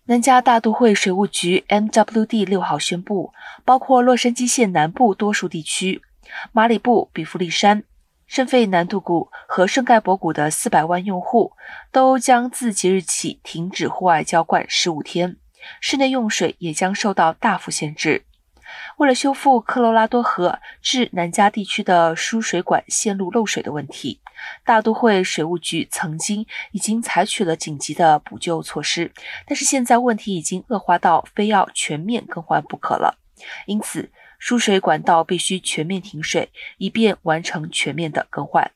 南加大都会水务局 MWD 6号宣布，包括洛杉矶县南部多数地区、马里布、比弗利山、圣费南度谷和圣盖博谷的400万用户都将自即日起停止户外浇灌15天，室内用水也将受到大幅限制。为了修复科罗拉多河至南加地区的输水管线路漏水的问题，大都会水务局已经采取了紧急的补救措施，但是现在问题已经恶化到非要全面更换不可了。因此，输水管道必须全面停水，以便完成全面的更换。